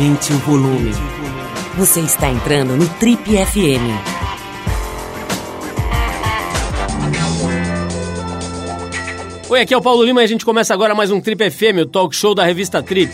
Aumente o volume. Você está entrando no Trip FM. Oi, aqui é o Paulo Lima e a gente começa agora mais um Trip FM, o talk show da revista Trip.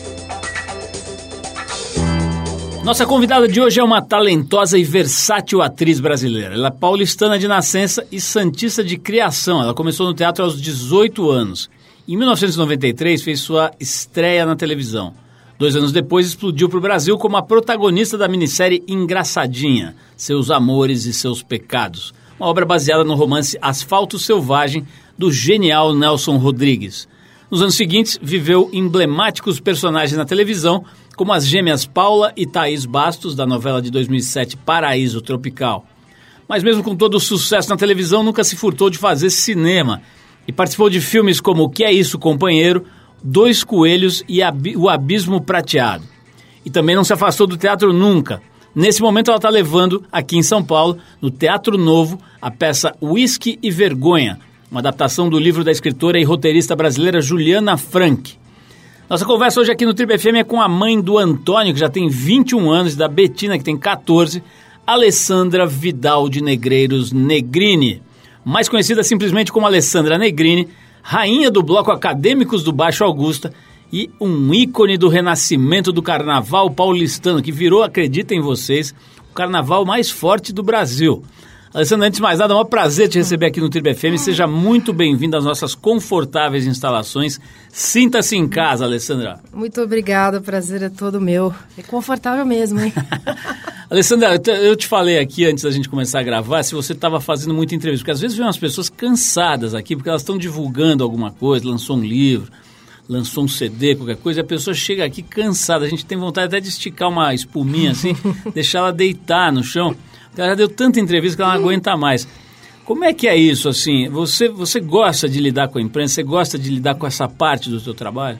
Nossa convidada de hoje é uma talentosa e versátil atriz brasileira. Ela é paulistana de nascença e santista de criação. Ela começou no teatro aos 18 anos. Em 1993 fez sua estreia na televisão. 2 anos depois explodiu para o Brasil como a protagonista da minissérie Engraçadinha, Seus Amores e Seus Pecados. Uma obra baseada no romance Asfalto Selvagem, do genial Nelson Rodrigues. Nos anos seguintes, viveu emblemáticos personagens na televisão, como as gêmeas Paula e Thaís Bastos, da novela de 2007 Paraíso Tropical. Mas mesmo com todo o sucesso na televisão, nunca se furtou de fazer cinema, e participou de filmes como O Que É Isso, Companheiro, Dois Coelhos e O Abismo Prateado. E também não se afastou do teatro nunca. Nesse momento ela está levando, aqui em São Paulo, no Teatro Novo, a peça Whisky e Vergonha, uma adaptação do livro da escritora e roteirista brasileira Juliana Frank. Nossa conversa hoje aqui no Trip FM é com a mãe do Antônio, que já tem 21 anos, e da Betina, que tem 14, Alessandra Vidal de Negreiros Negrini. Mais conhecida simplesmente como Alessandra Negrini, rainha do bloco Acadêmicos do Baixo Augusta e um ícone do renascimento do carnaval paulistano, que virou, acreditem vocês, o carnaval mais forte do Brasil. Alessandra, antes de mais nada, é um prazer te receber aqui no Trip FM. Seja muito bem-vinda às nossas confortáveis instalações. Sinta-se em casa, Alessandra. Muito obrigada, o prazer é todo meu. É confortável mesmo, hein? Alessandra, eu te falei aqui antes da gente começar a gravar se você estava fazendo muita entrevista, porque às vezes vem umas pessoas cansadas aqui, porque elas estão divulgando alguma coisa, lançou um livro, lançou um CD, qualquer coisa, e a pessoa chega aqui cansada. A gente tem vontade até de esticar uma espuminha assim, deixar ela deitar no chão. Ela já deu tanta entrevista que ela não aguenta mais. Como é que é isso, assim? Você gosta de lidar com a imprensa? Você gosta de lidar com essa parte do seu trabalho?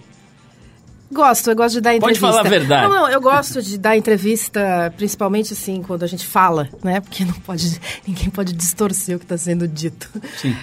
Eu gosto de dar entrevista. Pode falar a verdade. Não, eu gosto de dar entrevista, principalmente assim, quando a gente fala, né? Porque ninguém pode distorcer o que está sendo dito. Sim.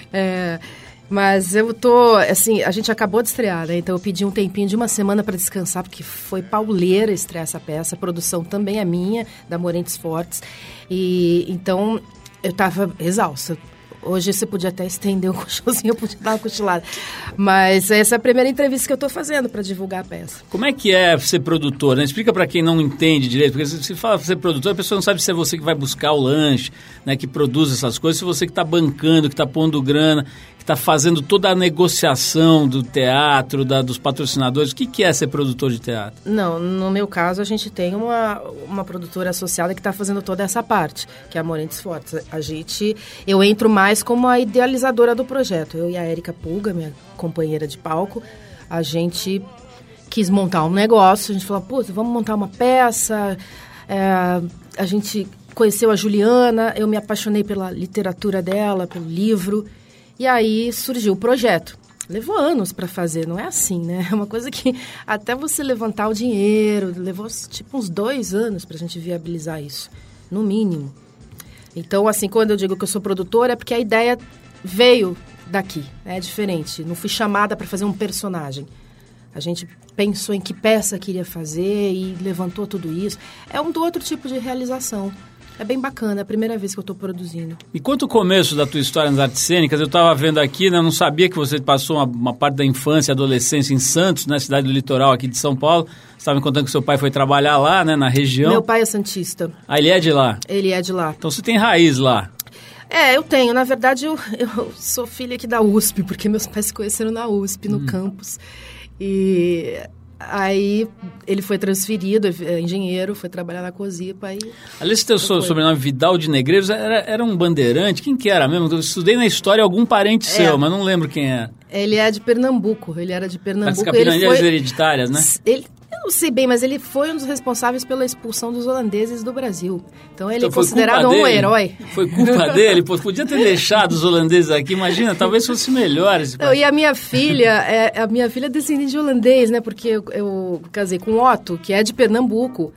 Mas eu tô, assim, a gente acabou de estrear, né? Então eu pedi um tempinho de uma semana para descansar, porque foi pauleira estrear essa peça. A produção também é minha, da Morentes Fortes. E então eu tava exausta. Hoje você podia até estender o colchãozinho, eu podia dar uma cochilada. Mas essa é a primeira entrevista que eu estou fazendo para divulgar a peça. Como é que é ser produtor, né? Explica para quem não entende direito, porque se fala ser produtor, a pessoa não sabe se é você que vai buscar o lanche, né, que produz essas coisas, se é você que está bancando, que está pondo grana, que está fazendo toda a negociação do teatro, dos patrocinadores. O que é ser produtor de teatro? Não, no meu caso, a gente tem uma produtora associada que está fazendo toda essa parte, que é a Morentes Fortes. Eu entro mais como a idealizadora do projeto. Eu e a Érica Pulga, minha companheira de palco, a gente quis montar um negócio. A gente falou, putz, vamos montar uma peça. A gente conheceu a Juliana, eu me apaixonei pela literatura dela, pelo livro. E aí surgiu o projeto. Levou anos para fazer, não é assim, né? É uma coisa que até você levantar o dinheiro, levou tipo uns 2 anos para a gente viabilizar isso, no mínimo. Então, assim, quando eu digo que eu sou produtora, é porque a ideia veio daqui, é diferente. Não fui chamada para fazer um personagem. A gente pensou em que peça queria fazer e levantou tudo isso. É um outro tipo de realização. É bem bacana, é a primeira vez que eu estou produzindo. E quanto ao começo da tua história nas artes cênicas, eu estava vendo aqui, né, eu não sabia que você passou uma parte da infância e adolescência em Santos, na cidade do litoral aqui de São Paulo. Você estava me contando que seu pai foi trabalhar lá, né, na região. Meu pai é santista. Ah, ele é de lá? Ele é de lá. Então você tem raiz lá? Eu tenho. Na verdade, eu sou filha aqui da USP, porque meus pais se conheceram na USP, no campus. E aí ele foi transferido, engenheiro, foi trabalhar na Cosipa. Aliás, teu sobrenome Vidal de Negreiros era um bandeirante? Quem que era mesmo? Eu estudei na história algum parente seu, mas não lembro quem é. Ele é de Pernambuco, ele era de Pernambuco. As capitanias hereditárias, né? Eu não sei bem, mas ele foi um dos responsáveis pela expulsão dos holandeses do Brasil. Então ele é considerado um herói. Foi culpa dele? Podia ter deixado os holandeses aqui, imagina, talvez fosse melhor. E a minha filha é descendente de holandês, né? Porque eu casei com o Otto, que é de Pernambuco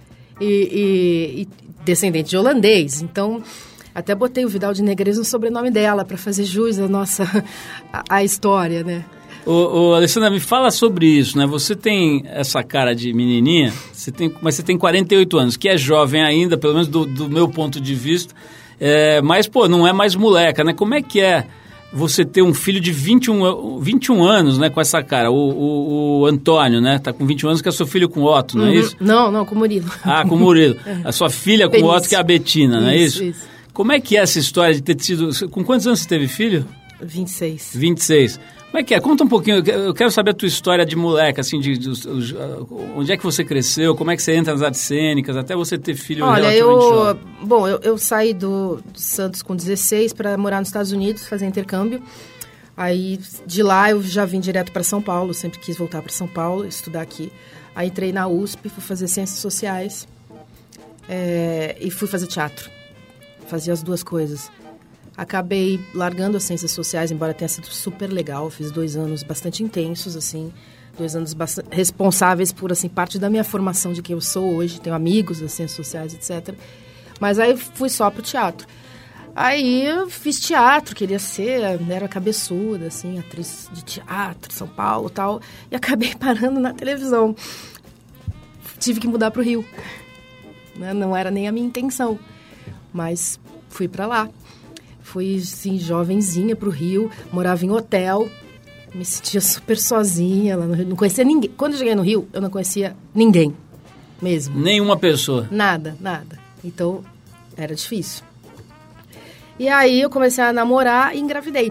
e descendente de holandês. Então, até botei o Vidal de Negreiros no sobrenome dela para fazer jus à história, né? Ô, Alessandra, me fala sobre isso, né? Você tem essa cara de menininha, mas você tem 48 anos, que é jovem ainda, pelo menos do meu ponto de vista, mas, pô, não é mais moleca, né? Como é que é você ter um filho de 21 anos, né, com essa cara? O Antônio, né? Tá com 21 anos, que é seu filho com o Otto, não é isso? Não, com o Murilo. Ah, com o Murilo. A sua filha com o Otto, que é a Betina, não é isso? Isso. Como é que é essa história de ter sido... Com quantos anos você teve filho? 26. 26. Como é que é? Conta um pouquinho, eu quero saber a tua história de moleca, assim, onde é que você cresceu, como é que você entra nas artes cênicas, até você ter filho relativamente jovem. Bom, eu saí do Santos com 16 para morar nos Estados Unidos, fazer intercâmbio. Aí, de lá, eu já vim direto para São Paulo, sempre quis voltar para São Paulo, estudar aqui. Aí entrei na USP, fui fazer Ciências Sociais e fui fazer teatro. Fazia as duas coisas. Acabei largando as Ciências Sociais, embora tenha sido super legal. Fiz 2 anos bastante intensos, assim. 2 anos responsáveis por, assim, parte da minha formação de quem eu sou hoje. Tenho amigos das Ciências Sociais, etc. Mas aí fui só pro teatro. Aí eu fiz teatro, queria ser, era cabeçuda, assim, atriz de teatro, São Paulo e tal. E acabei parando na televisão. Tive que mudar pro Rio. Não era nem a minha intenção. Mas fui pra lá. Fui, assim, jovenzinha pro Rio, morava em hotel, me sentia super sozinha lá no Rio, não conhecia ninguém. Quando eu cheguei no Rio, eu não conhecia ninguém, mesmo. Nenhuma pessoa? Nada. Então, era difícil. E aí, eu comecei a namorar e engravidei.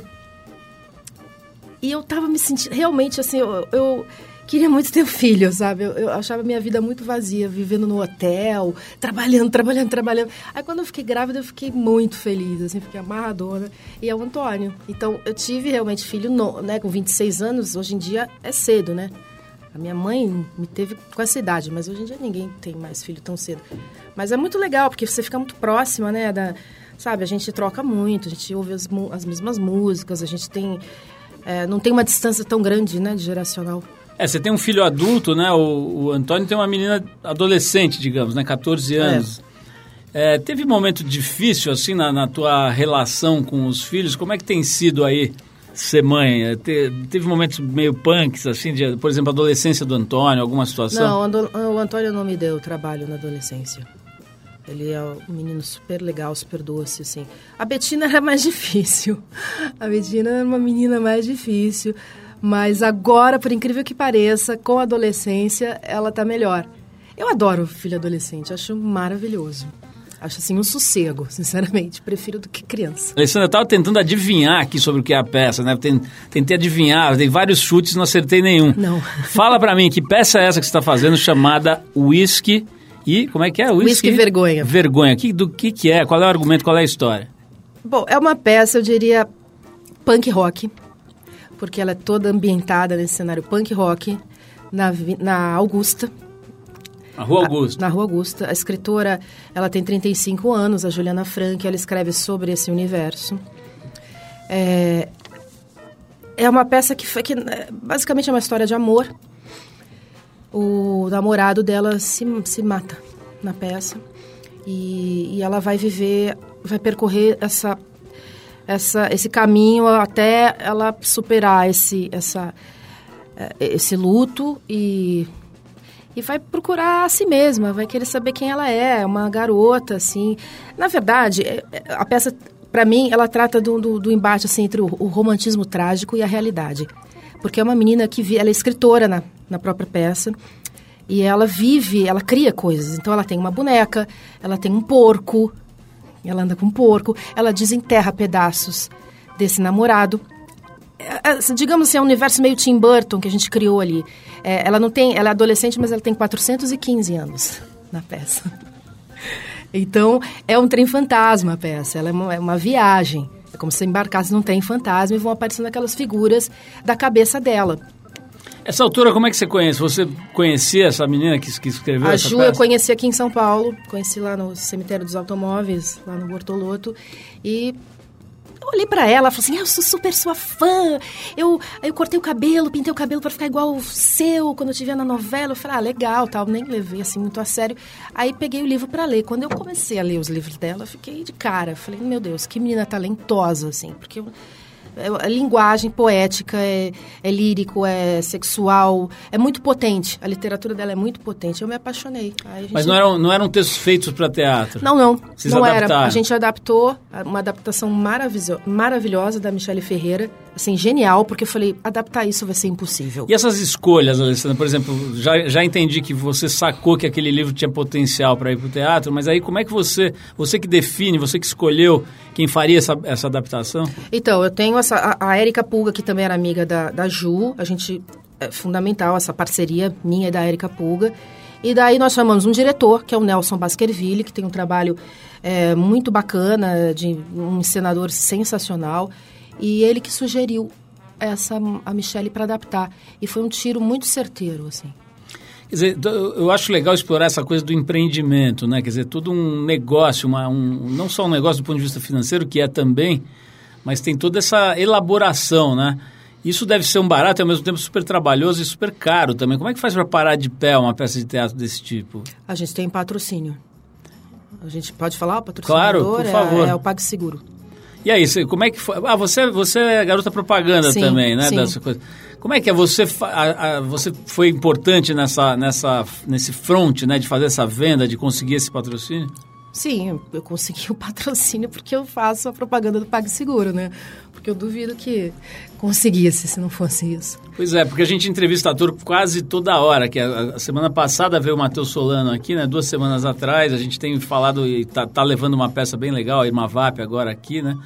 E eu tava me sentindo, realmente, assim, eu queria muito ter um filho, sabe? Eu achava minha vida muito vazia, vivendo no hotel, trabalhando. Aí, quando eu fiquei grávida, eu fiquei muito feliz, assim, fiquei amarradona. E é o Antônio. Então, eu tive realmente filho, né, com 26 anos, hoje em dia é cedo, né? A minha mãe me teve com essa idade, mas hoje em dia ninguém tem mais filho tão cedo. Mas é muito legal, porque você fica muito próxima, né? Sabe, a gente troca muito, a gente ouve as mesmas músicas, a gente tem... não tem uma distância tão grande, né, de geracional. Você tem um filho adulto, né? O Antônio tem uma menina adolescente, digamos, né? 14 anos. Teve momento difícil, assim, na tua relação com os filhos? Como é que tem sido aí ser mãe? Teve momentos meio punks, assim, por exemplo, a adolescência do Antônio, alguma situação? Não, o Antônio não me deu trabalho na adolescência. Ele é um menino super legal, super doce, assim. A Betina era mais difícil. A Betina era uma menina mais difícil. Mas agora, por incrível que pareça, com a adolescência, ela tá melhor. Eu adoro filho adolescente, acho maravilhoso. Acho, assim, um sossego, sinceramente. Prefiro do que criança. Alessandra, eu estava tentando adivinhar aqui sobre o que é a peça, né? Tentei adivinhar, dei vários chutes e não acertei nenhum. Não. Fala pra mim, que peça é essa que você está fazendo, chamada Whisky e... Como é que é? Whisky e Vergonha. Vergonha. Do que é? Qual é o argumento? Qual é a história? Bom, é uma peça, eu diria, punk rock. Porque ela é toda ambientada nesse cenário punk rock, na Augusta. Na Rua Augusta. Na Rua Augusta. A escritora, ela tem 35 anos, a Juliana Frank, ela escreve sobre esse universo. É uma peça que basicamente é uma história de amor. O namorado dela se mata na peça. E ela vai percorrer esse caminho até ela superar esse luto e vai procurar a si mesma, vai querer saber quem ela é uma garota, assim. Na verdade, a peça, para mim, ela trata do embate, assim, entre o romantismo trágico e a realidade. Porque é uma menina ela é escritora na própria peça e ela cria coisas. Então, ela tem uma boneca, ela tem um porco... Ela anda com um porco, ela desenterra pedaços desse namorado. Digamos assim, é um universo meio Tim Burton que a gente criou ali. Ela é adolescente, mas ela tem 415 anos na peça. Então, é um trem fantasma a peça, ela é uma viagem. É como se você embarcasse num trem fantasma e vão aparecendo aquelas figuras da cabeça dela. Essa autora, como é que você conhece? Você conhecia essa menina que escreveu essa peça? A Ju eu conheci aqui em São Paulo, conheci lá no Cemitério dos Automóveis, lá no Bortoloto, e eu olhei pra ela e falei assim, eu sou super sua fã, eu cortei o cabelo, pintei o cabelo pra ficar igual o seu, quando eu te via na novela, eu falei, legal, tal, nem levei assim muito a sério, aí peguei o livro pra ler, quando eu comecei a ler os livros dela, eu fiquei de cara, falei, meu Deus, que menina talentosa, assim, porque A linguagem poética, é lírico, é sexual, é muito potente. A literatura dela é muito potente. Eu me apaixonei. Mas não eram textos feitos para teatro? Não. Vocês não adaptaram? Era. A gente adaptou, uma adaptação maravilhosa da Michele Ferreira. Assim, genial, porque eu falei, adaptar isso vai ser impossível. E essas escolhas, Alessandra, por exemplo, já entendi que você sacou que aquele livro tinha potencial para ir para o teatro, mas aí como é que você que define, você que escolheu quem faria essa adaptação? Então, eu tenho a Érica Pulga, que também era amiga da Ju, a gente, é fundamental essa parceria minha e da Érica Pulga, e daí nós chamamos um diretor, que é o Nelson Baskerville, que tem um trabalho muito bacana, de um encenador sensacional, e ele que sugeriu a Michele para adaptar. E foi um tiro muito certeiro, assim. Quer dizer, eu acho legal explorar essa coisa do empreendimento, né? Quer dizer, todo um negócio, não só um negócio do ponto de vista financeiro, que é também, mas tem toda essa elaboração, né? Isso deve ser um barato e ao mesmo tempo super trabalhoso e super caro também. Como é que faz para parar de pé uma peça de teatro desse tipo? A gente tem patrocínio. A gente pode falar o patrocinador? Claro, por favor. É o PagSeguro. E aí, como é que foi? Você é garota propaganda sim, também, né? Sim. Dessa coisa. Como é que é? Você foi importante nesse front, né? De fazer essa venda, de conseguir esse patrocínio? Sim, eu consegui o patrocínio porque eu faço a propaganda do PagSeguro, né? Porque eu duvido que conseguisse se não fosse isso. Pois é, porque a gente entrevista ator quase toda hora. Que a semana passada veio o Matheus Solano aqui, né? 2 semanas atrás. A gente tem falado e tá levando uma peça bem legal, a Irma Vap agora aqui, né?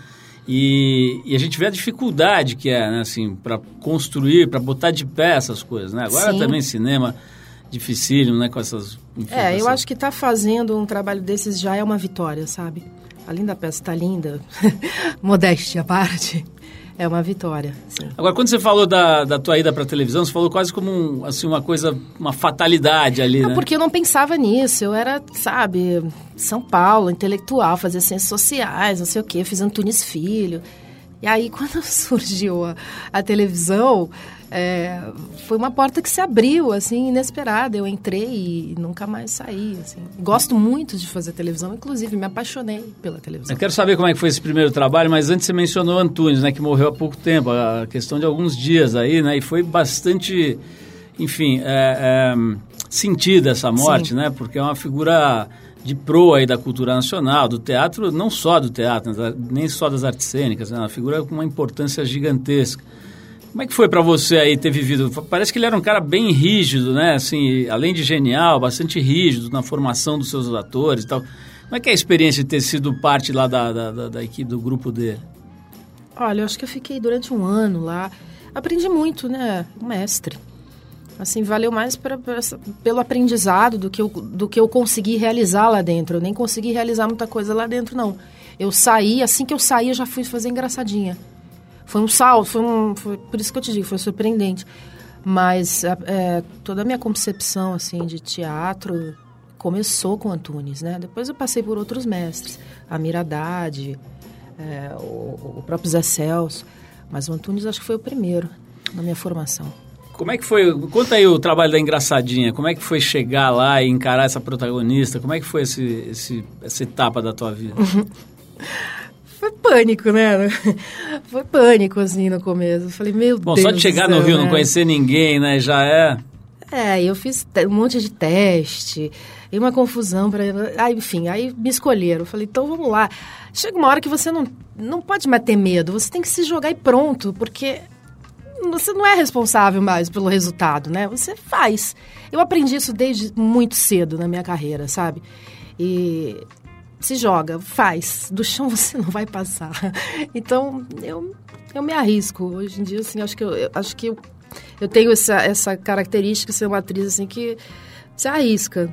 E a gente vê a dificuldade que é, né? Assim, para construir, para botar de pé essas coisas, né? Agora Sim. Também cinema dificílimo, né? Com essas... Enfim, eu acho que tá fazendo um trabalho desses já é uma vitória, sabe? Além da peça estar linda, modéstia à parte, é uma vitória, sim. Agora, quando você falou da tua ida para a televisão, você falou quase como uma coisa, uma fatalidade ali, né? Porque eu não pensava nisso. Eu era, sabe, São Paulo, intelectual, fazia ciências sociais, não sei o quê, fiz Antunes Filho. E aí, quando surgiu a televisão, foi uma porta que se abriu, assim, inesperada. Eu entrei e nunca mais saí, assim. Gosto muito de fazer televisão, inclusive me apaixonei pela televisão. Eu quero saber como é que foi esse primeiro trabalho, mas antes você mencionou Antunes, né, que morreu há pouco tempo, a questão de alguns dias aí, né, e foi bastante, enfim, sentida essa morte, Sim. né, porque é uma figura de proa aí da cultura nacional, do teatro, não só do teatro, nem só das artes cênicas, né, uma figura com uma importância gigantesca. Como é que foi para você aí ter vivido? Parece que ele era um cara bem rígido, né? Assim, além de genial, bastante rígido na formação dos seus atores e tal. Como é que é a experiência de ter sido parte lá da equipe, do grupo dele? Olha, eu acho que eu fiquei durante um ano lá. Aprendi muito, né? Um mestre. Assim, valeu mais pelo aprendizado do que eu consegui realizar lá dentro. Eu nem consegui realizar muita coisa lá dentro, não. Eu saí, assim que eu saí, eu já fui fazer engraçadinha. Foi um salto, foi por isso que eu te digo, foi surpreendente. Mas toda a minha concepção, assim, de teatro começou com Antunes, né? Depois eu passei por outros mestres, Amir Haddad, o próprio Zé Celso. Mas o Antunes acho que foi o primeiro na minha formação. Como é que foi, conta aí o trabalho da Engraçadinha, como é que foi chegar lá e encarar essa protagonista, como é que foi essa etapa da tua vida? Foi pânico, né? Foi pânico, assim, no começo. Eu falei, meu Deus. Bom, só de chegar no Rio, né? Não conhecer ninguém, né? Já é... Eu fiz um monte de teste, e uma confusão. Enfim, aí me escolheram. Eu falei, então vamos lá. Chega uma hora que você não pode mais ter medo. Você tem que se jogar e pronto, porque você não é responsável mais pelo resultado, né? Você faz. Eu aprendi isso desde muito cedo na minha carreira, sabe? E... se joga, faz. Do chão você não vai passar. Então, eu me arrisco. Hoje em dia, assim, acho que eu tenho essa característica de ser uma atriz, assim, que se arrisca.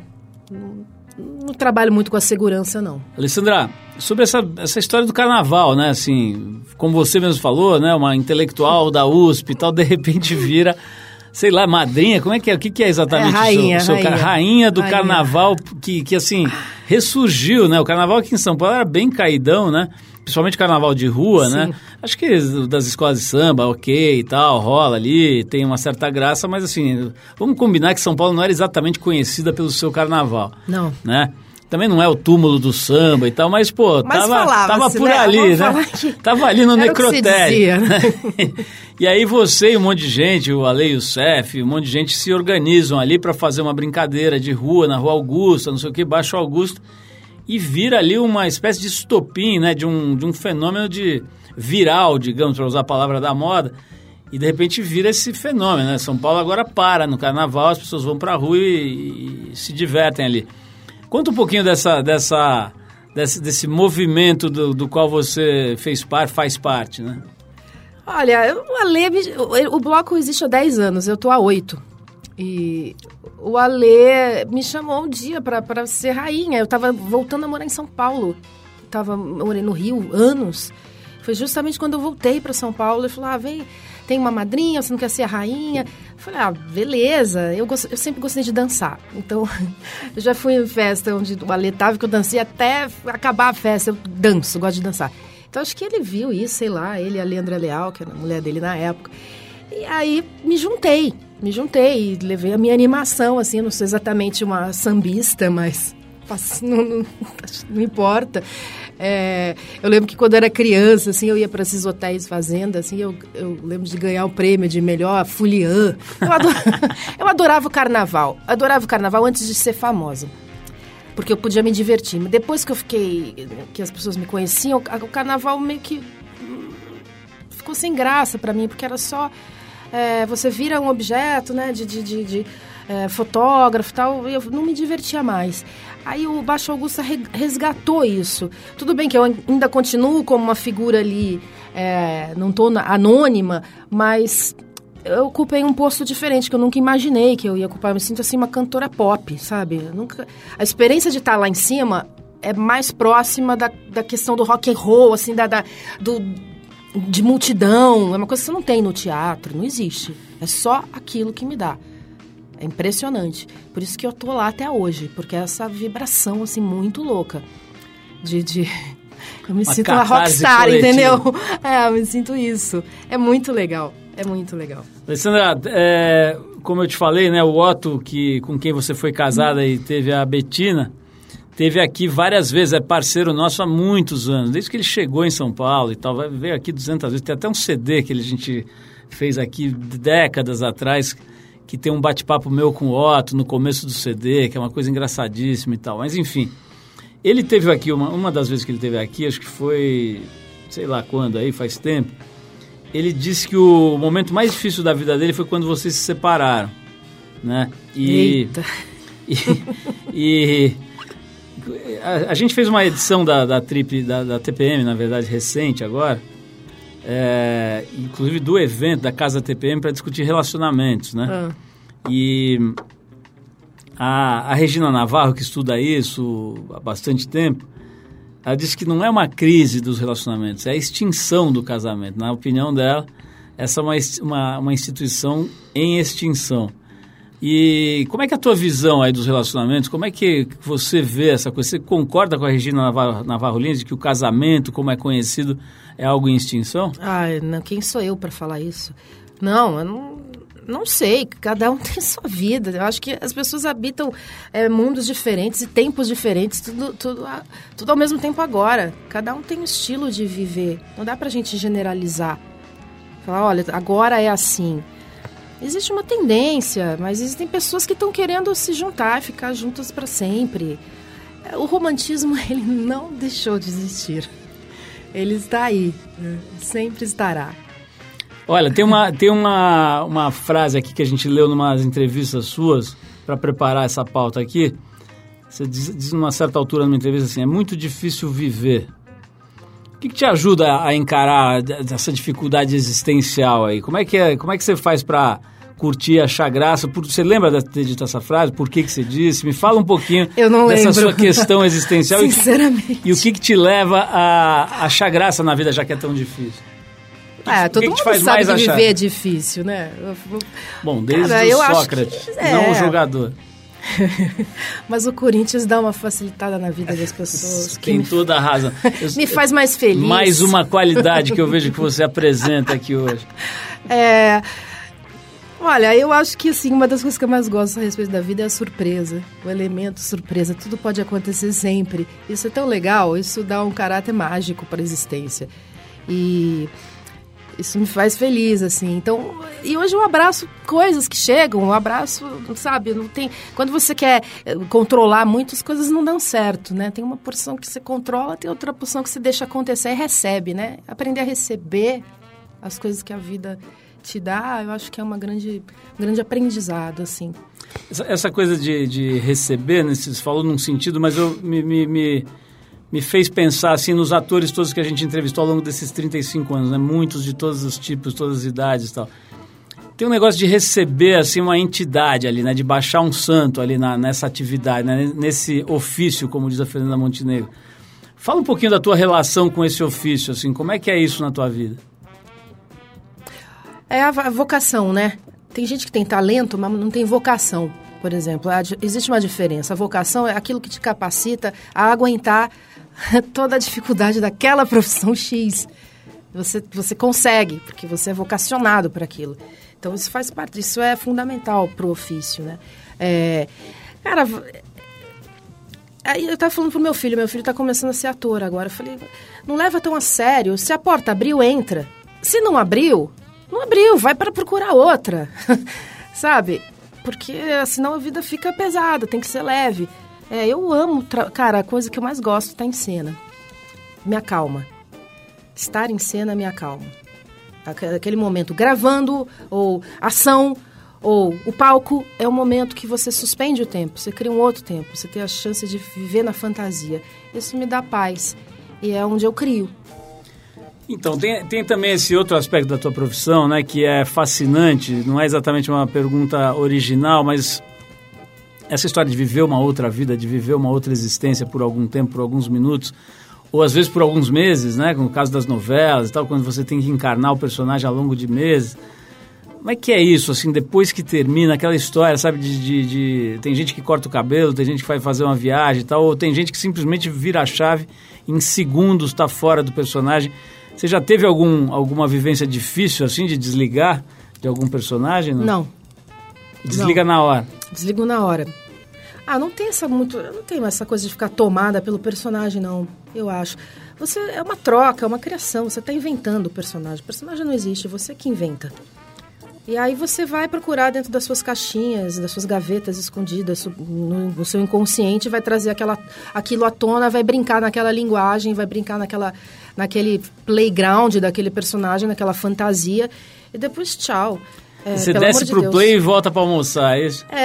Não trabalho muito com a segurança, não. Alessandra, sobre essa história do carnaval, né? Assim, como você mesmo falou, né? Uma intelectual da USP e tal, de repente vira... sei lá, madrinha, como é que é? O que é exatamente rainha, rainha do carnaval que assim, ressurgiu, né? O carnaval aqui em São Paulo era bem caidão, né? Principalmente carnaval de rua, Sim. né? Acho que das escolas de samba, ok e tal, rola ali, tem uma certa graça, mas assim, vamos combinar que São Paulo não era exatamente conhecida pelo seu carnaval. Não. Né? também não é o túmulo do samba e tal, mas, pô, tava por ali, né? Tava ali no necrotério. Né? E aí você e um monte de gente, o Ale e o Cef, um monte de gente se organizam ali para fazer uma brincadeira de rua, na Rua Augusta, não sei o que, Baixo Augusto, e vira ali uma espécie de estopim, né, de um fenômeno de viral, digamos, para usar a palavra da moda, e de repente vira esse fenômeno, né? São Paulo agora para no carnaval, as pessoas vão para a rua e se divertem ali. Conta um pouquinho desse movimento do qual você faz parte, né? Olha, o bloco existe há 10 anos, eu tô há 8. E o Ale me chamou um dia para ser rainha. Eu tava voltando a morar em São Paulo. Morei no Rio anos. Foi justamente quando eu voltei para São Paulo. Ele falou, vem, tem uma madrinha, você não quer ser a rainha? Eu falei, beleza. Eu sempre gostei de dançar. Então, eu já fui em festa onde o Ale tava, que eu dancei até acabar a festa. Eu danço, gosto de dançar. Então, acho que ele viu isso, sei lá, ele e a Leandra Leal, que era a mulher dele na época. E aí, me juntei e levei a minha animação, assim, eu não sou exatamente uma sambista, mas não importa. Eu lembro que quando eu era criança, assim, eu ia para esses hotéis fazenda, assim, eu lembro de ganhar o prêmio de melhor foliã. Eu adorava o carnaval antes de ser famosa. Porque eu podia me divertir. Mas depois que as pessoas me conheciam, o carnaval meio que ficou sem graça para mim, porque era só... você vira um objeto, né, de fotógrafo e tal, e eu não me divertia mais. Aí o Baixo Augusta resgatou isso. Tudo bem que eu ainda continuo como uma figura ali, não estou anônima, mas... eu ocupei um posto diferente, que eu nunca imaginei que eu ia ocupar. Eu me sinto assim uma cantora pop, sabe? A experiência de estar lá em cima é mais próxima da questão do rock and roll, assim, de multidão. É uma coisa que você não tem no teatro, não existe. É só aquilo que me dá. É impressionante. Por isso que eu tô lá até hoje, porque é essa vibração, assim, muito louca. Eu me sinto uma rockstar, coletiva. Entendeu? Eu me sinto isso. É muito legal. É muito legal. Alessandra, como eu te falei, né, o Otto, com quem você foi casada e teve a Betina, teve aqui várias vezes, é parceiro nosso há muitos anos, desde que ele chegou em São Paulo e tal, veio aqui 200 vezes, tem até um CD que a gente fez aqui décadas atrás, que tem um bate-papo meu com o Otto no começo do CD, que é uma coisa engraçadíssima e tal, mas enfim, ele teve aqui, uma das vezes que ele teve aqui, acho que foi, sei lá quando aí, faz tempo. Ele disse que o momento mais difícil da vida dele foi quando vocês se separaram, né? Eita! E a gente fez uma edição da TPM, na verdade, recente agora, inclusive do evento da Casa TPM para discutir relacionamentos, né? E a Regina Navarro, que estuda isso há bastante tempo, ela disse que não é uma crise dos relacionamentos, é a extinção do casamento. Na opinião dela, essa é uma instituição em extinção. E como é que é a tua visão aí dos relacionamentos? Como é que você vê essa coisa? Você concorda com a Regina Navarro Lins de que o casamento, como é conhecido, é algo em extinção? Não, quem sou eu para falar isso? Não, eu não sei, cada um tem sua vida. Eu acho que as pessoas habitam mundos diferentes e tempos diferentes, tudo ao mesmo tempo agora. Cada um tem um estilo de viver. Não dá pra gente generalizar. Falar, olha, agora é assim. Existe uma tendência, mas existem pessoas que estão querendo se juntar, ficar juntas para sempre. O romantismo, ele não deixou de existir. Ele está aí, sempre estará. Olha, tem uma frase aqui que a gente leu numa entrevistas suas para preparar essa pauta aqui. Você diz numa certa altura numa entrevista assim, é muito difícil viver. O que te ajuda a encarar essa dificuldade existencial aí? Como é que você faz para curtir, achar graça? Você lembra de ter dito essa frase? Por que você disse? Me fala um pouquinho dessa sua questão existencial. Sinceramente. E o que te leva a achar graça na vida, já que é tão difícil? Todo mundo sabe que viver é difícil, né? Bom, desde o Sócrates, não o jogador. Mas o Corinthians dá uma facilitada na vida das pessoas. Tem toda a razão. Me faz mais feliz. Mais uma qualidade que eu vejo que você apresenta aqui hoje. Olha, eu acho que, assim, uma das coisas que eu mais gosto a respeito da vida é a surpresa. O elemento surpresa. Tudo pode acontecer sempre. Isso é tão legal, isso dá um caráter mágico para a existência. E isso me faz feliz, assim. Então, e hoje eu abraço coisas que chegam, eu abraço, sabe, não tem... Quando você quer controlar muitas coisas não dão certo, né? Tem uma porção que você controla, tem outra porção que você deixa acontecer e recebe, né? Aprender a receber as coisas que a vida te dá, eu acho que é um grande aprendizado, assim. Essa coisa de receber, né, você falou num sentido, mas me fez pensar assim, nos atores todos que a gente entrevistou ao longo desses 35 anos, né? Muitos de todos os tipos, todas as idades e tal. Tem um negócio de receber assim, uma entidade ali, né? De baixar um santo ali nessa atividade, né? Nesse ofício, como diz a Fernanda Montenegro. Fala um pouquinho da tua relação com esse ofício, assim, como é que é isso na tua vida? É a vocação, né? Tem gente que tem talento, mas não tem vocação, por exemplo. Existe uma diferença. A vocação é aquilo que te capacita a aguentar toda a dificuldade daquela profissão X. Você consegue, porque você é vocacionado para aquilo. Então, isso faz parte, isso é fundamental para o ofício, né? Cara, aí eu estava falando pro meu filho está começando a ser ator agora. Eu falei, não leva tão a sério. Se a porta abriu, entra. Se não abriu, vai para procurar outra, sabe? Porque senão a vida fica pesada, tem que ser leve. Eu amo, cara, a coisa que eu mais gosto está em cena. Me acalma. Estar em cena me acalma. Aquele momento gravando, ou ação, ou o palco, é um momento que você suspende o tempo, você cria um outro tempo, você tem a chance de viver na fantasia. Isso me dá paz e é onde eu crio. Então, tem também esse outro aspecto da tua profissão, né, que é fascinante, não é exatamente uma pergunta original, mas essa história de viver uma outra vida, de viver uma outra existência por algum tempo, por alguns minutos, ou às vezes por alguns meses, né, como o caso das novelas e tal, quando você tem que encarnar o personagem ao longo de meses. Como é que é isso, assim, depois que termina aquela história, sabe, tem gente que corta o cabelo, tem gente que vai fazer uma viagem e tal, ou tem gente que simplesmente vira a chave, em segundos está fora do personagem. Você já teve alguma vivência difícil, assim, de desligar de algum personagem? Não. Desliga na hora? Desligo na hora. Não tem eu não tenho essa coisa de ficar tomada pelo personagem, não, eu acho. É uma troca, é uma criação, você está inventando o personagem. O personagem não existe, você que inventa. E aí você vai procurar dentro das suas caixinhas, das suas gavetas escondidas, no seu inconsciente, vai trazer aquilo à tona, vai brincar naquela linguagem, vai brincar naquele playground daquele personagem, naquela fantasia, e depois tchau. Você desce pro play e volta para almoçar, é isso?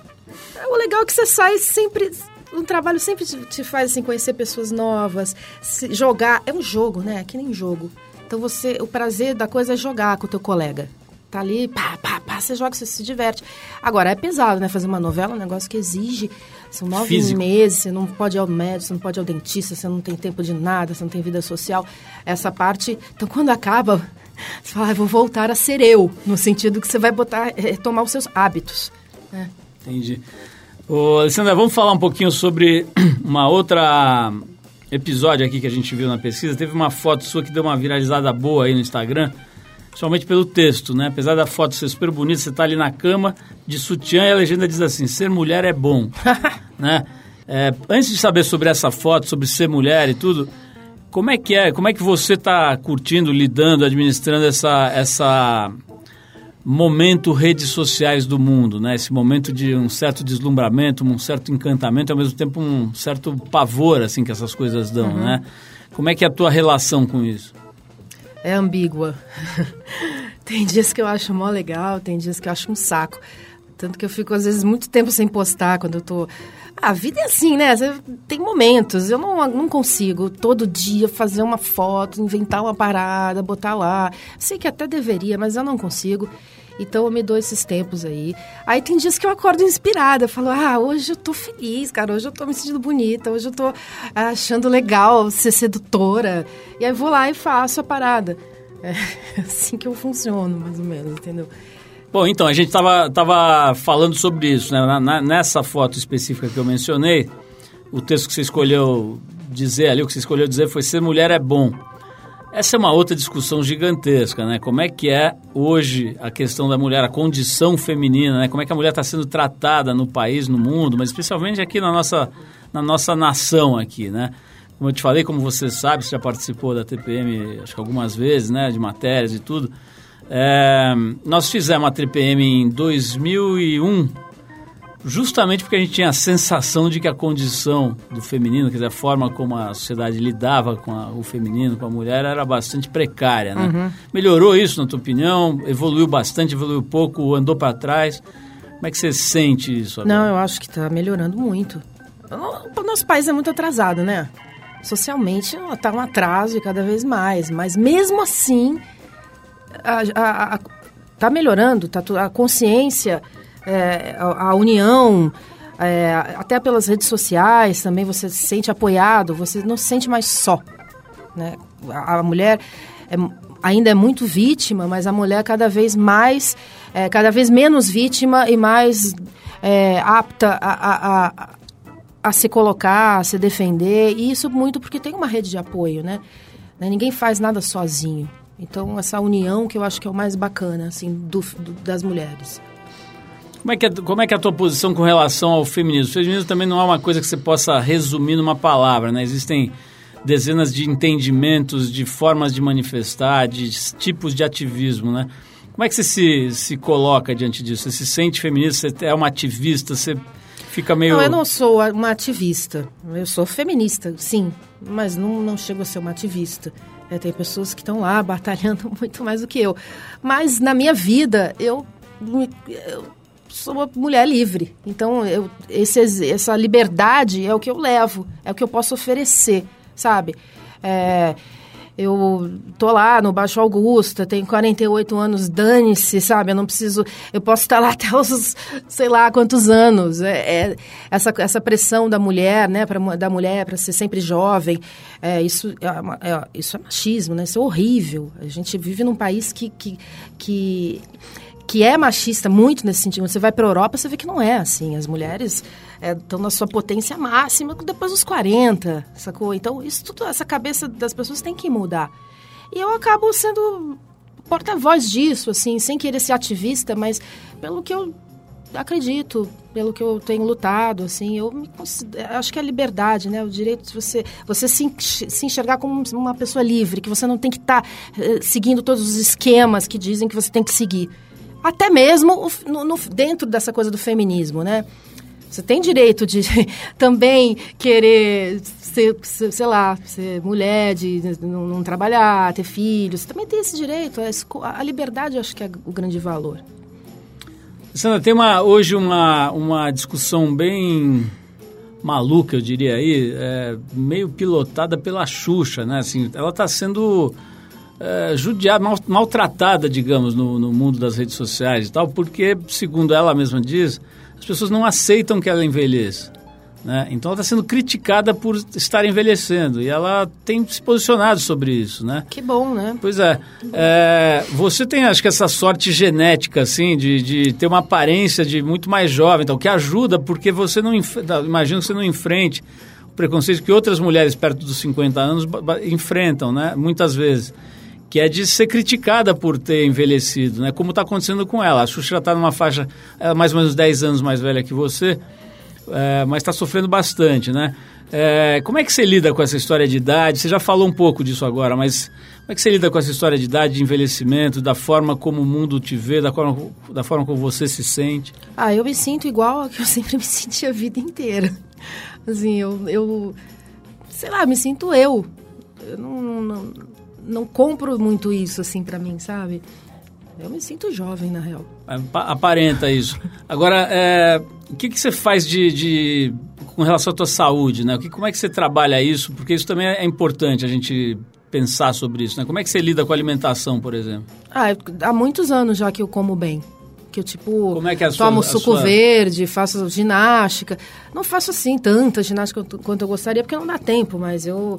O legal é que você sai sempre... Um trabalho sempre te faz assim, conhecer pessoas novas, jogar... É um jogo, né? É que nem jogo. Então o prazer da coisa é jogar com o teu colega. Tá ali, você joga, você se diverte. Agora, é pesado, né? Fazer uma novela é um negócio que exige... São 9 meses, você não pode ir ao médico, você não pode ir ao dentista, você não tem tempo de nada, você não tem vida social. Essa parte... Então, quando acaba, você fala, vou voltar a ser eu. No sentido que você vai retomar os seus hábitos. Né? Entendi. Ô, Alessandra, vamos falar um pouquinho sobre uma outra episódio aqui que a gente viu na pesquisa. Teve uma foto sua que deu uma viralizada boa aí no Instagram, somente pelo texto, né? Apesar da foto ser super bonita, você tá ali na cama, de sutiã, e a legenda diz assim, ser mulher é bom, né? Antes de saber sobre essa foto, sobre ser mulher e tudo, como é que você tá curtindo, lidando, administrando essa momento redes sociais do mundo, né? Esse momento de um certo deslumbramento, um certo encantamento, ao mesmo tempo um certo pavor, assim, que essas coisas dão, né? Como é que é a tua relação com isso? É ambígua. Tem dias que eu acho mó legal, tem dias que eu acho um saco. Tanto que eu fico, às vezes, muito tempo sem postar quando eu tô... A vida é assim, né? Tem momentos, eu não consigo todo dia fazer uma foto, inventar uma parada, botar lá. Sei que até deveria, mas eu não consigo. Então eu me dou esses tempos aí. Aí tem dias que eu acordo inspirada. Eu falo, hoje eu tô feliz, cara. Hoje eu tô me sentindo bonita. Hoje eu tô achando legal ser sedutora. E aí vou lá e faço a parada. É assim que eu funciono, mais ou menos, entendeu? Bom, então, a gente tava falando sobre isso, né? Nessa foto específica que eu mencionei, o texto que você escolheu dizer ali, o que você escolheu dizer foi ser mulher é bom. Essa é uma outra discussão gigantesca, né? Como é que é hoje a questão da mulher, a condição feminina, né? Como é que a mulher está sendo tratada no país, no mundo, mas especialmente aqui na nossa nação aqui, né? Como eu te falei, como você sabe, você já participou da TPM, acho que algumas vezes, né? De matérias e tudo. Nós fizemos a TPM em 2001, justamente porque a gente tinha a sensação de que a condição do feminino, quer dizer, a forma como a sociedade lidava com o feminino, com a mulher, era bastante precária, né? Uhum. Melhorou isso, na tua opinião? Evoluiu bastante, evoluiu pouco, andou para trás? Como é que você sente isso agora? Não, eu acho que está melhorando muito. O nosso país é muito atrasado, né? Socialmente está um atraso e cada vez mais, mas mesmo assim está melhorando, a consciência... a união, até pelas redes sociais também você se sente apoiado, você não se sente mais só, né? A mulher ainda é muito vítima, mas a mulher cada vez menos vítima e mais apta a se colocar, a se defender, e isso muito porque tem uma rede de apoio, né? Ninguém faz nada sozinho, então essa união que eu acho que é o mais bacana assim, das mulheres. Como é que é a tua posição com relação ao feminismo? O feminismo também não é uma coisa que você possa resumir numa palavra, né? Existem dezenas de entendimentos, de formas de manifestar, de tipos de ativismo, né? Como é que você se coloca diante disso? Você se sente feminista? Você é uma ativista? Você fica meio... Não, eu não sou uma ativista. Eu sou feminista, sim, mas não chego a ser uma ativista. Tem pessoas que estão lá batalhando muito mais do que eu. Mas na minha vida, eu sou uma mulher livre, então essa liberdade é o que eu levo, é o que eu posso oferecer, sabe? Eu tô lá no Baixo Augusta, tenho 48 anos, dane-se, sabe? Eu posso estar lá até os sei lá quantos anos. Essa pressão da mulher, né? Da mulher para ser sempre jovem, isso é machismo, né? Isso é horrível. A gente vive num país que é machista muito nesse sentido. Você vai para a Europa, você vê que não é assim. As mulheres estão na sua potência máxima depois dos 40, sacou? Então, isso tudo, essa cabeça das pessoas tem que mudar. E eu acabo sendo porta-voz disso, assim, sem querer ser ativista, mas pelo que eu acredito, pelo que eu tenho lutado, assim, acho que é a liberdade, né? O direito de você se enxergar como uma pessoa livre, que você não tem que estar seguindo todos os esquemas que dizem que você tem que seguir. Até mesmo dentro dessa coisa do feminismo, né? Você tem direito de também querer ser mulher, de não trabalhar, ter filhos. Você também tem esse direito. A liberdade, eu acho que é o grande valor. Sandra, tem hoje uma discussão bem maluca, eu diria aí, meio pilotada pela Xuxa, né? Assim, ela está sendo... judiada, maltratada, digamos, no mundo das redes sociais e tal, porque, segundo ela mesma diz, as pessoas não aceitam que ela envelheça, né? Então ela está sendo criticada por estar envelhecendo e ela tem se posicionado sobre isso, né? Que bom, né? Pois é. Você tem, acho que, essa sorte genética, assim, de ter uma aparência de muito mais jovem, então, que ajuda, porque você não... Imagino que você não enfrente o preconceito que outras mulheres perto dos 50 anos enfrentam, né? Muitas vezes. Que é de ser criticada por ter envelhecido, né? Como está acontecendo com ela. A Xuxa já está numa faixa mais ou menos 10 anos mais velha que você, mas está sofrendo bastante, né? Como é que você lida com essa história de idade? Você já falou um pouco disso agora, mas como é que você lida com essa história de idade, de envelhecimento, da forma como o mundo te vê, da forma como você se sente? Eu me sinto igual a que eu sempre me senti a vida inteira. Assim, eu sei lá, me sinto eu. Eu não compro muito isso, assim, pra mim, sabe? Eu me sinto jovem, na real. Aparenta isso. Agora, o que você faz com relação à tua saúde, né? Como é que você trabalha isso? Porque isso também é importante a gente pensar sobre isso, né? Como é que você lida com a alimentação, por exemplo? Há muitos anos já que eu como bem. Que eu, como é que tomo suco verde, faço ginástica. Não faço, assim, tanta ginástica quanto eu gostaria, porque não dá tempo, mas eu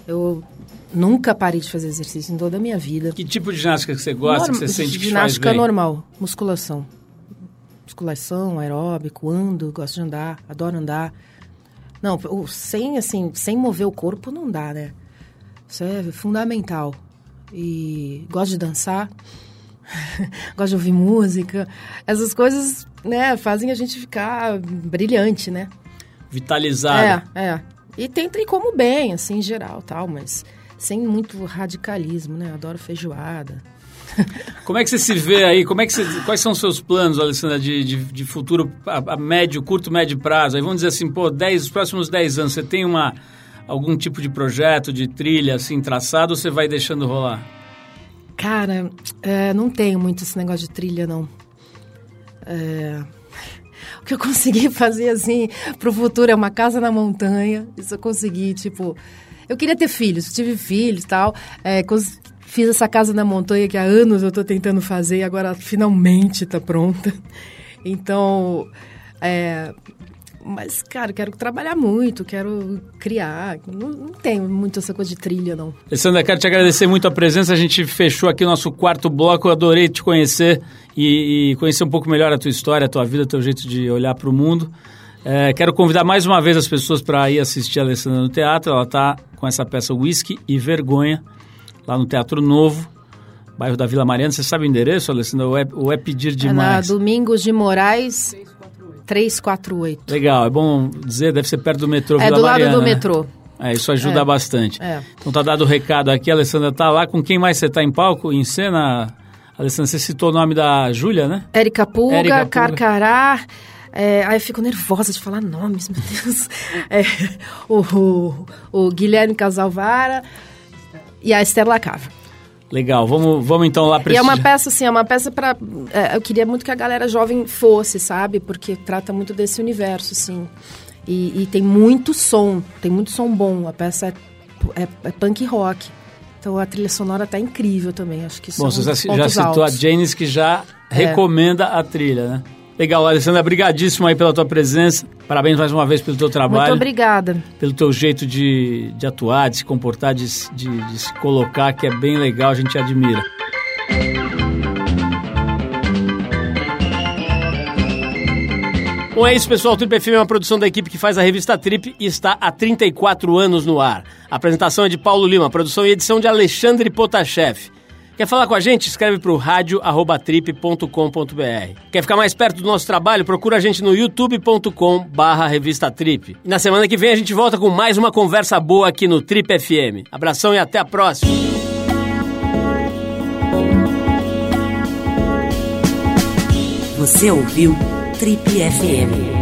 nunca parei de fazer exercício em toda a minha vida. Que tipo de ginástica que você gosta, que você sente que faz bem? Ginástica normal, musculação. Musculação, aeróbico, gosto de andar, adoro andar. Não, sem mover o corpo não dá, né? Isso é fundamental. e gosto de dançar, gosto de ouvir música. Essas coisas, né, fazem a gente ficar brilhante, né? Vitalizada. E tenta ir como bem, assim, em geral, tal, mas sem muito radicalismo, né? Adoro feijoada. Como é que você se vê aí? Quais são os seus planos, Alessandra, de futuro a médio, curto, médio prazo? Aí vamos dizer assim, os próximos 10 anos, você tem algum tipo de projeto, de trilha, assim, traçado, ou você vai deixando rolar? Cara, não tenho muito esse negócio de trilha, não. O que eu consegui fazer, assim, pro futuro é uma casa na montanha. Isso eu consegui, tipo... Eu queria ter filhos, tive filhos e tal. Fiz essa casa na montanha que há anos eu tô tentando fazer e agora finalmente tá pronta. Então, mas, cara, quero trabalhar muito, quero criar. Não tenho muito essa coisa de trilha, não. Alessandra, quero te agradecer muito a presença. A gente fechou aqui o nosso quarto bloco. Eu adorei te conhecer e conhecer um pouco melhor a tua história, a tua vida, o teu jeito de olhar para o mundo. Quero convidar mais uma vez as pessoas para ir assistir a Alessandra no teatro. Ela está com essa peça Whisky e Vergonha, lá no Teatro Novo, bairro da Vila Mariana. Você sabe o endereço, Alessandra? Ou é pedir demais? Na Domingos de Moraes, 348. Legal, é bom dizer, deve ser perto do metrô Vila do Mariana. lado do metrô. Isso ajuda bastante. Então tá dado o recado aqui, a Alessandra tá lá. Com quem mais você tá em palco, em cena? Alessandra, você citou o nome da Júlia, né? Érica Pulga, Carcará. Aí eu fico nervosa de falar nomes, meu Deus. O Guilherme Casalvara e a Esther Lacava. Legal, vamos então lá prestigiar. E é uma peça, assim, para... eu queria muito que a galera jovem fosse, sabe? Porque trata muito desse universo, assim. E tem muito som bom. A peça é punk rock. Então a trilha sonora tá incrível também. Acho que bom, você já citou a Janis, que já recomenda a trilha, né? Legal, Alessandra, brigadíssimo aí pela tua presença. Parabéns mais uma vez pelo teu trabalho. Muito obrigada. Pelo teu jeito de atuar, de se comportar, de se colocar, que é bem legal, a gente admira. Bom, é isso, pessoal. O Trip FM é uma produção da equipe que faz a revista Trip e está há 34 anos no ar. A apresentação é de Paulo Lima, produção e edição de Alexandre Potashev. Quer falar com a gente? Escreve para o radio@trip.com.br. Quer ficar mais perto do nosso trabalho? Procura a gente no youtube.com/revistatrip. E na semana que vem a gente volta com mais uma conversa boa aqui no Trip FM. Abração e até a próxima. Você ouviu Trip FM.